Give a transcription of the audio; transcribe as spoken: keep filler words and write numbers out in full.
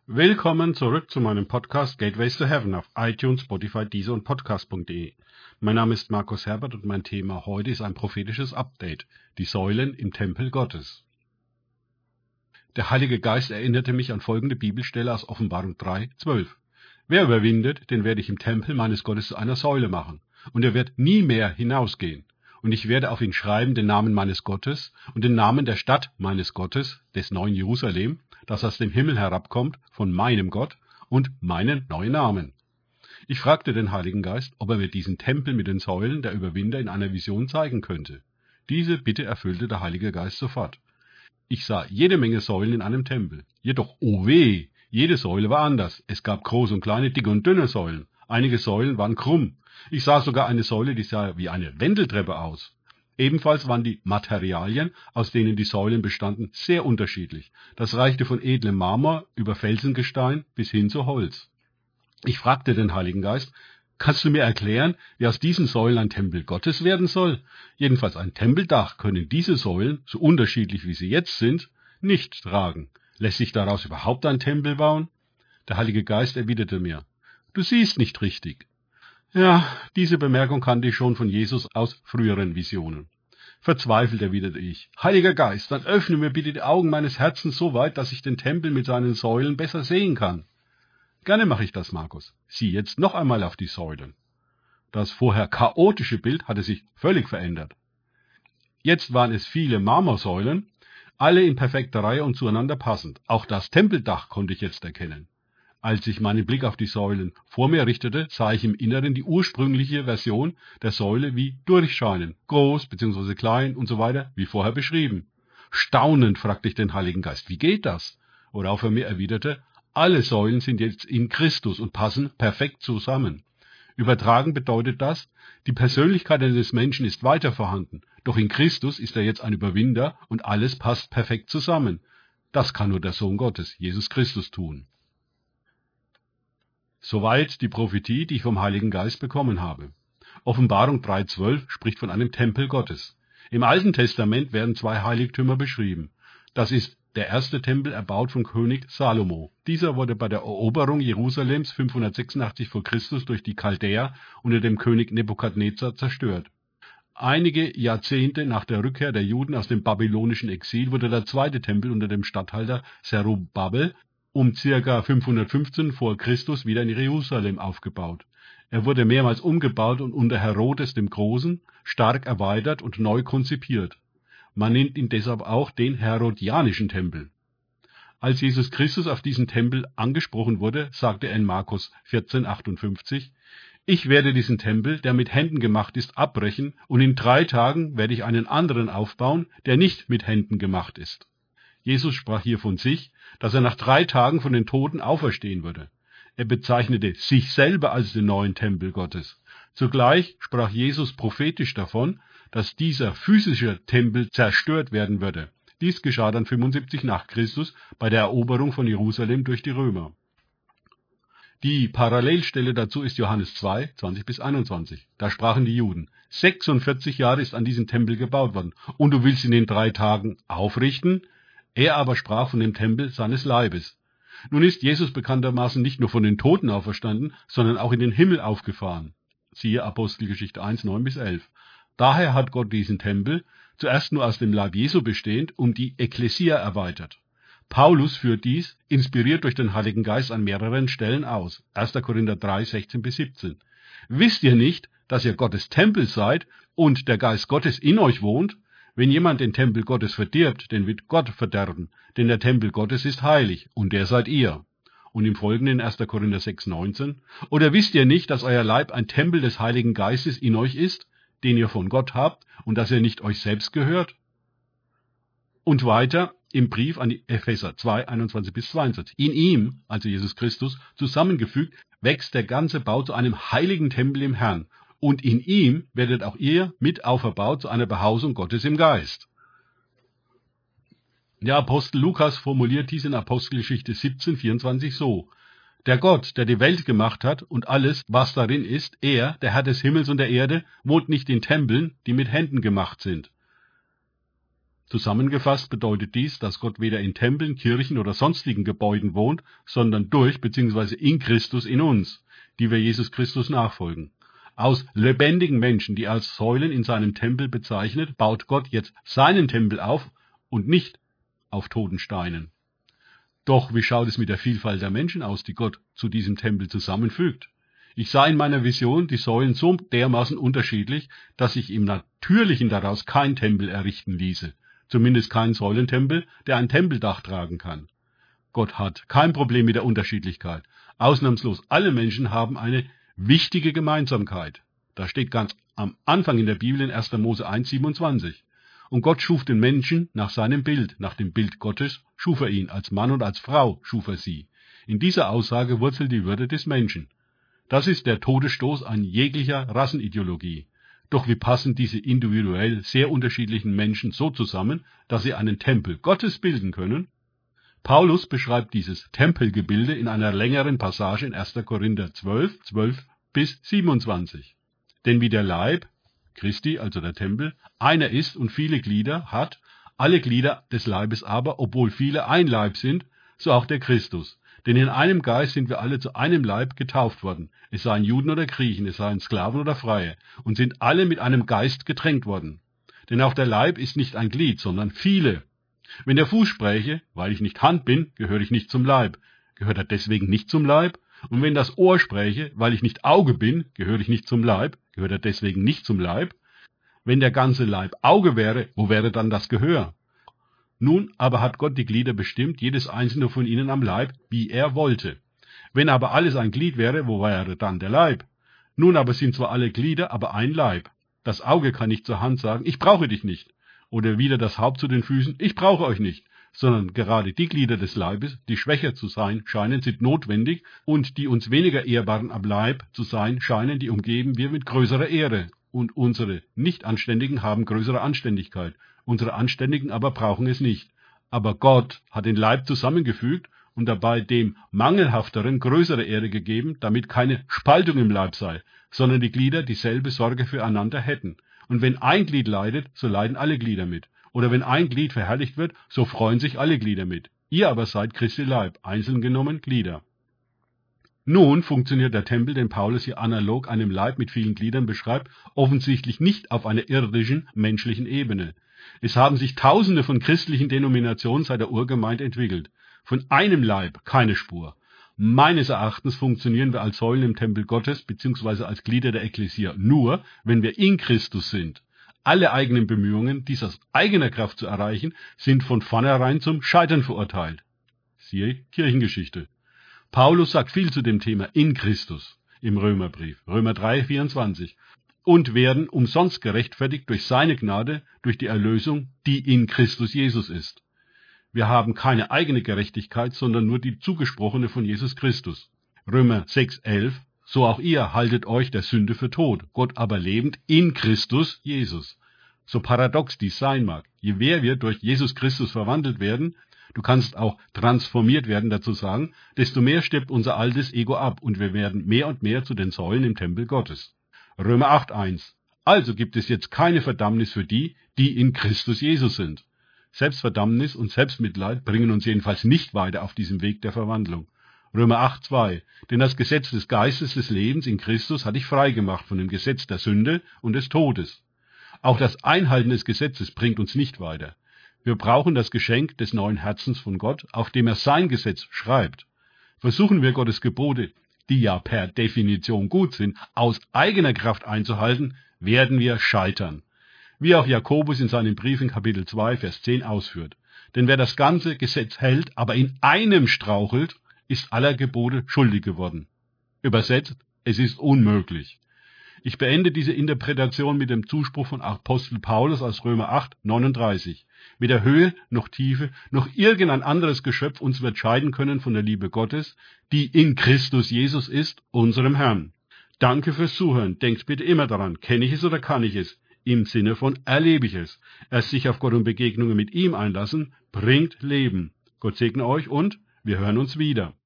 Willkommen zurück zu meinem Podcast Gateways to Heaven auf iTunes, Spotify, Deezer und Podcast punkt de. Mein Name ist Markus Herbert und mein Thema heute ist ein prophetisches Update, die Säulen im Tempel Gottes. Der Heilige Geist erinnerte mich an folgende Bibelstelle aus Offenbarung drei, zwölf. Wer überwindet, den werde ich im Tempel meines Gottes zu einer Säule machen, und er wird nie mehr hinausgehen. Und ich werde auf ihn schreiben den Namen meines Gottes und den Namen der Stadt meines Gottes, des neuen Jerusalem, das aus dem Himmel herabkommt, von meinem Gott, und meinen neuen Namen. Ich fragte den Heiligen Geist, ob er mir diesen Tempel mit den Säulen der Überwinder in einer Vision zeigen könnte. Diese Bitte erfüllte der Heilige Geist sofort. Ich sah jede Menge Säulen in einem Tempel. Jedoch, oh weh, jede Säule war anders. Es gab große und kleine, dicke und dünne Säulen. Einige Säulen waren krumm. Ich sah sogar eine Säule, die sah wie eine Wendeltreppe aus. Ebenfalls waren die Materialien, aus denen die Säulen bestanden, sehr unterschiedlich. Das reichte von edlem Marmor über Felsengestein bis hin zu Holz. Ich fragte den Heiligen Geist, kannst du mir erklären, wie aus diesen Säulen ein Tempel Gottes werden soll? Jedenfalls ein Tempeldach können diese Säulen, so unterschiedlich wie sie jetzt sind, nicht tragen. Lässt sich daraus überhaupt ein Tempel bauen? Der Heilige Geist erwiderte mir, du siehst nicht richtig. Ja, diese Bemerkung kannte ich schon von Jesus aus früheren Visionen. Verzweifelt erwiderte ich, Heiliger Geist, dann öffne mir bitte die Augen meines Herzens so weit, dass ich den Tempel mit seinen Säulen besser sehen kann. Gerne mache ich das, Markus. Sieh jetzt noch einmal auf die Säulen. Das vorher chaotische Bild hatte sich völlig verändert. Jetzt waren es viele Marmorsäulen, alle in perfekter Reihe und zueinander passend. Auch das Tempeldach konnte ich jetzt erkennen. Als ich meinen Blick auf die Säulen vor mir richtete, sah ich im Inneren die ursprüngliche Version der Säule wie durchscheinen, groß bzw. klein und so weiter, wie vorher beschrieben. Staunend fragte ich den Heiligen Geist, wie geht das? Worauf er mir erwiderte, alle Säulen sind jetzt in Christus und passen perfekt zusammen. Übertragen bedeutet das, die Persönlichkeit eines Menschen ist weiter vorhanden, doch in Christus ist er jetzt ein Überwinder und alles passt perfekt zusammen. Das kann nur der Sohn Gottes, Jesus Christus, tun. Soweit die Prophetie, die ich vom Heiligen Geist bekommen habe. Offenbarung drei zwölf spricht von einem Tempel Gottes. Im Alten Testament werden zwei Heiligtümer beschrieben. Das ist der erste Tempel, erbaut von König Salomo. Dieser wurde bei der Eroberung Jerusalems fünfhundertsechsundachtzig vor Christus durch die Chaldäer unter dem König Nebukadnezar zerstört. Einige Jahrzehnte nach der Rückkehr der Juden aus dem babylonischen Exil wurde der zweite Tempel unter dem Statthalter Zerubabel um ca. fünfhundertfünfzehn vor Christus wieder in Jerusalem aufgebaut. Er wurde mehrmals umgebaut und unter Herodes dem Großen stark erweitert und neu konzipiert. Man nennt ihn deshalb auch den Herodianischen Tempel. Als Jesus Christus auf diesen Tempel angesprochen wurde, sagte er in Markus vierzehn achtundfünfzig, ich werde diesen Tempel, der mit Händen gemacht ist, abbrechen, und in drei Tagen werde ich einen anderen aufbauen, der nicht mit Händen gemacht ist. Jesus sprach hier von sich, dass er nach drei Tagen von den Toten auferstehen würde. Er bezeichnete sich selber als den neuen Tempel Gottes. Zugleich sprach Jesus prophetisch davon, dass dieser physische Tempel zerstört werden würde. Dies geschah dann fünfundsiebzig nach Christus bei der Eroberung von Jerusalem durch die Römer. Die Parallelstelle dazu ist Johannes zwei, zwanzig bis einundzwanzig. Da sprachen die Juden, sechsundvierzig Jahre ist an diesem Tempel gebaut worden, und du willst ihn in drei Tagen aufrichten? Er aber sprach von dem Tempel seines Leibes. Nun ist Jesus bekanntermaßen nicht nur von den Toten auferstanden, sondern auch in den Himmel aufgefahren. Siehe Apostelgeschichte eins, neun bis elf. Daher hat Gott diesen Tempel, zuerst nur aus dem Leib Jesu bestehend, um die Ekklesia erweitert. Paulus führt dies, inspiriert durch den Heiligen Geist, an mehreren Stellen aus. erster Korinther drei, sechzehn bis siebzehn. Wisst ihr nicht, dass ihr Gottes Tempel seid und der Geist Gottes in euch wohnt? Wenn jemand den Tempel Gottes verdirbt, den wird Gott verderben, denn der Tempel Gottes ist heilig, und der seid ihr. Und im Folgenden erster Korinther sechs, neunzehn. Oder wisst ihr nicht, dass euer Leib ein Tempel des Heiligen Geistes in euch ist, den ihr von Gott habt, und dass ihr nicht euch selbst gehört? Und weiter im Brief an die Epheser zwei, einundzwanzig bis zweiundzwanzig. In ihm, also Jesus Christus, zusammengefügt, wächst der ganze Bau zu einem heiligen Tempel im Herrn. Und in ihm werdet auch ihr mit auferbaut zu einer Behausung Gottes im Geist. Der Apostel Lukas formuliert dies in Apostelgeschichte siebzehn, vierundzwanzig so. Der Gott, der die Welt gemacht hat und alles, was darin ist, er, der Herr des Himmels und der Erde, wohnt nicht in Tempeln, die mit Händen gemacht sind. Zusammengefasst bedeutet dies, dass Gott weder in Tempeln, Kirchen oder sonstigen Gebäuden wohnt, sondern durch bzw. in Christus in uns, die wir Jesus Christus nachfolgen. Aus lebendigen Menschen, die er als Säulen in seinem Tempel bezeichnet, baut Gott jetzt seinen Tempel auf und nicht auf toten Steinen. Doch wie schaut es mit der Vielfalt der Menschen aus, die Gott zu diesem Tempel zusammenfügt? Ich sah in meiner Vision die Säulen so dermaßen unterschiedlich, dass sich im Natürlichen daraus kein Tempel errichten ließe. Zumindest kein Säulentempel, der ein Tempeldach tragen kann. Gott hat kein Problem mit der Unterschiedlichkeit. Ausnahmslos alle Menschen haben eine wichtige Gemeinsamkeit. Da steht ganz am Anfang in der Bibel in erster Mose eins siebenundzwanzig. Und Gott schuf den Menschen nach seinem Bild, nach dem Bild Gottes schuf er ihn, als Mann und als Frau schuf er sie. In dieser Aussage wurzelt die Würde des Menschen. Das ist der Todesstoß an jeglicher Rassenideologie. Doch wie passen diese individuell sehr unterschiedlichen Menschen so zusammen, dass sie einen Tempel Gottes bilden können? Paulus beschreibt dieses Tempelgebilde in einer längeren Passage in erster Korinther zwölf, zwölf bis siebenundzwanzig. Denn wie der Leib, Christi, also der Tempel, einer ist und viele Glieder hat, alle Glieder des Leibes aber, obwohl viele ein Leib sind, so auch der Christus. Denn in einem Geist sind wir alle zu einem Leib getauft worden, es seien Juden oder Griechen, es seien Sklaven oder Freie, und sind alle mit einem Geist getränkt worden. Denn auch der Leib ist nicht ein Glied, sondern viele. Wenn der Fuß spräche, weil ich nicht Hand bin, gehöre ich nicht zum Leib, gehört er deswegen nicht zum Leib? Und wenn das Ohr spräche, weil ich nicht Auge bin, gehöre ich nicht zum Leib, gehört er deswegen nicht zum Leib? Wenn der ganze Leib Auge wäre, wo wäre dann das Gehör? Nun aber hat Gott die Glieder bestimmt, jedes einzelne von ihnen am Leib, wie er wollte. Wenn aber alles ein Glied wäre, wo wäre dann der Leib? Nun aber sind zwar alle Glieder, aber ein Leib. Das Auge kann nicht zur Hand sagen, ich brauche dich nicht. Oder wieder das Haupt zu den Füßen, ich brauche euch nicht. Sondern gerade die Glieder des Leibes, die schwächer zu sein scheinen, sind notwendig, und die uns weniger ehrbaren am Leib zu sein scheinen, die umgeben wir mit größerer Ehre. Und unsere Nichtanständigen haben größere Anständigkeit. Unsere Anständigen aber brauchen es nicht. Aber Gott hat den Leib zusammengefügt und dabei dem Mangelhafteren größere Ehre gegeben, damit keine Spaltung im Leib sei, sondern die Glieder dieselbe Sorge füreinander hätten. Und wenn ein Glied leidet, so leiden alle Glieder mit. Oder wenn ein Glied verherrlicht wird, so freuen sich alle Glieder mit. Ihr aber seid Christi Leib, einzeln genommen Glieder. Nun funktioniert der Tempel, den Paulus hier analog einem Leib mit vielen Gliedern beschreibt, offensichtlich nicht auf einer irdischen, menschlichen Ebene. Es haben sich Tausende von christlichen Denominationen seit der Urgemeinde entwickelt. Von einem Leib keine Spur. Meines Erachtens funktionieren wir als Säulen im Tempel Gottes bzw. als Glieder der Ekklesia nur, wenn wir in Christus sind. Alle eigenen Bemühungen, dies aus eigener Kraft zu erreichen, sind von vornherein zum Scheitern verurteilt. Siehe Kirchengeschichte. Paulus sagt viel zu dem Thema in Christus im Römerbrief, Römer drei, vierundzwanzig, und werden umsonst gerechtfertigt durch seine Gnade, durch die Erlösung, die in Christus Jesus ist. Wir haben keine eigene Gerechtigkeit, sondern nur die zugesprochene von Jesus Christus. Römer sechs, elf, so auch ihr haltet euch der Sünde für tot, Gott aber lebend in Christus Jesus. So paradox dies sein mag, je mehr wir durch Jesus Christus verwandelt werden, du kannst auch transformiert werden dazu sagen, desto mehr stirbt unser altes Ego ab und wir werden mehr und mehr zu den Säulen im Tempel Gottes. Römer acht, eins. Also gibt es jetzt keine Verdammnis für die, die in Christus Jesus sind. Selbstverdammnis und Selbstmitleid bringen uns jedenfalls nicht weiter auf diesem Weg der Verwandlung. Römer acht, zwei. Denn das Gesetz des Geistes des Lebens in Christus hat dich frei gemacht von dem Gesetz der Sünde und des Todes. Auch das Einhalten des Gesetzes bringt uns nicht weiter. Wir brauchen das Geschenk des neuen Herzens von Gott, auf dem er sein Gesetz schreibt. Versuchen wir Gottes Gebote, die ja per Definition gut sind, aus eigener Kraft einzuhalten, werden wir scheitern. Wie auch Jakobus in seinem Brief in Kapitel zwei, Vers zehn ausführt. Denn wer das ganze Gesetz hält, aber in einem strauchelt, ist aller Gebote schuldig geworden. Übersetzt, es ist unmöglich. Ich beende diese Interpretation mit dem Zuspruch von Apostel Paulus aus Römer acht, neununddreißig. Weder Höhe noch Tiefe noch irgendein anderes Geschöpf uns wird scheiden können von der Liebe Gottes, die in Christus Jesus ist, unserem Herrn. Danke fürs Zuhören. Denkt bitte immer daran, kenne ich es oder kann ich es? Im Sinne von erlebe ich es. Erst sich auf Gott und Begegnungen mit ihm einlassen, bringt Leben. Gott segne euch und wir hören uns wieder.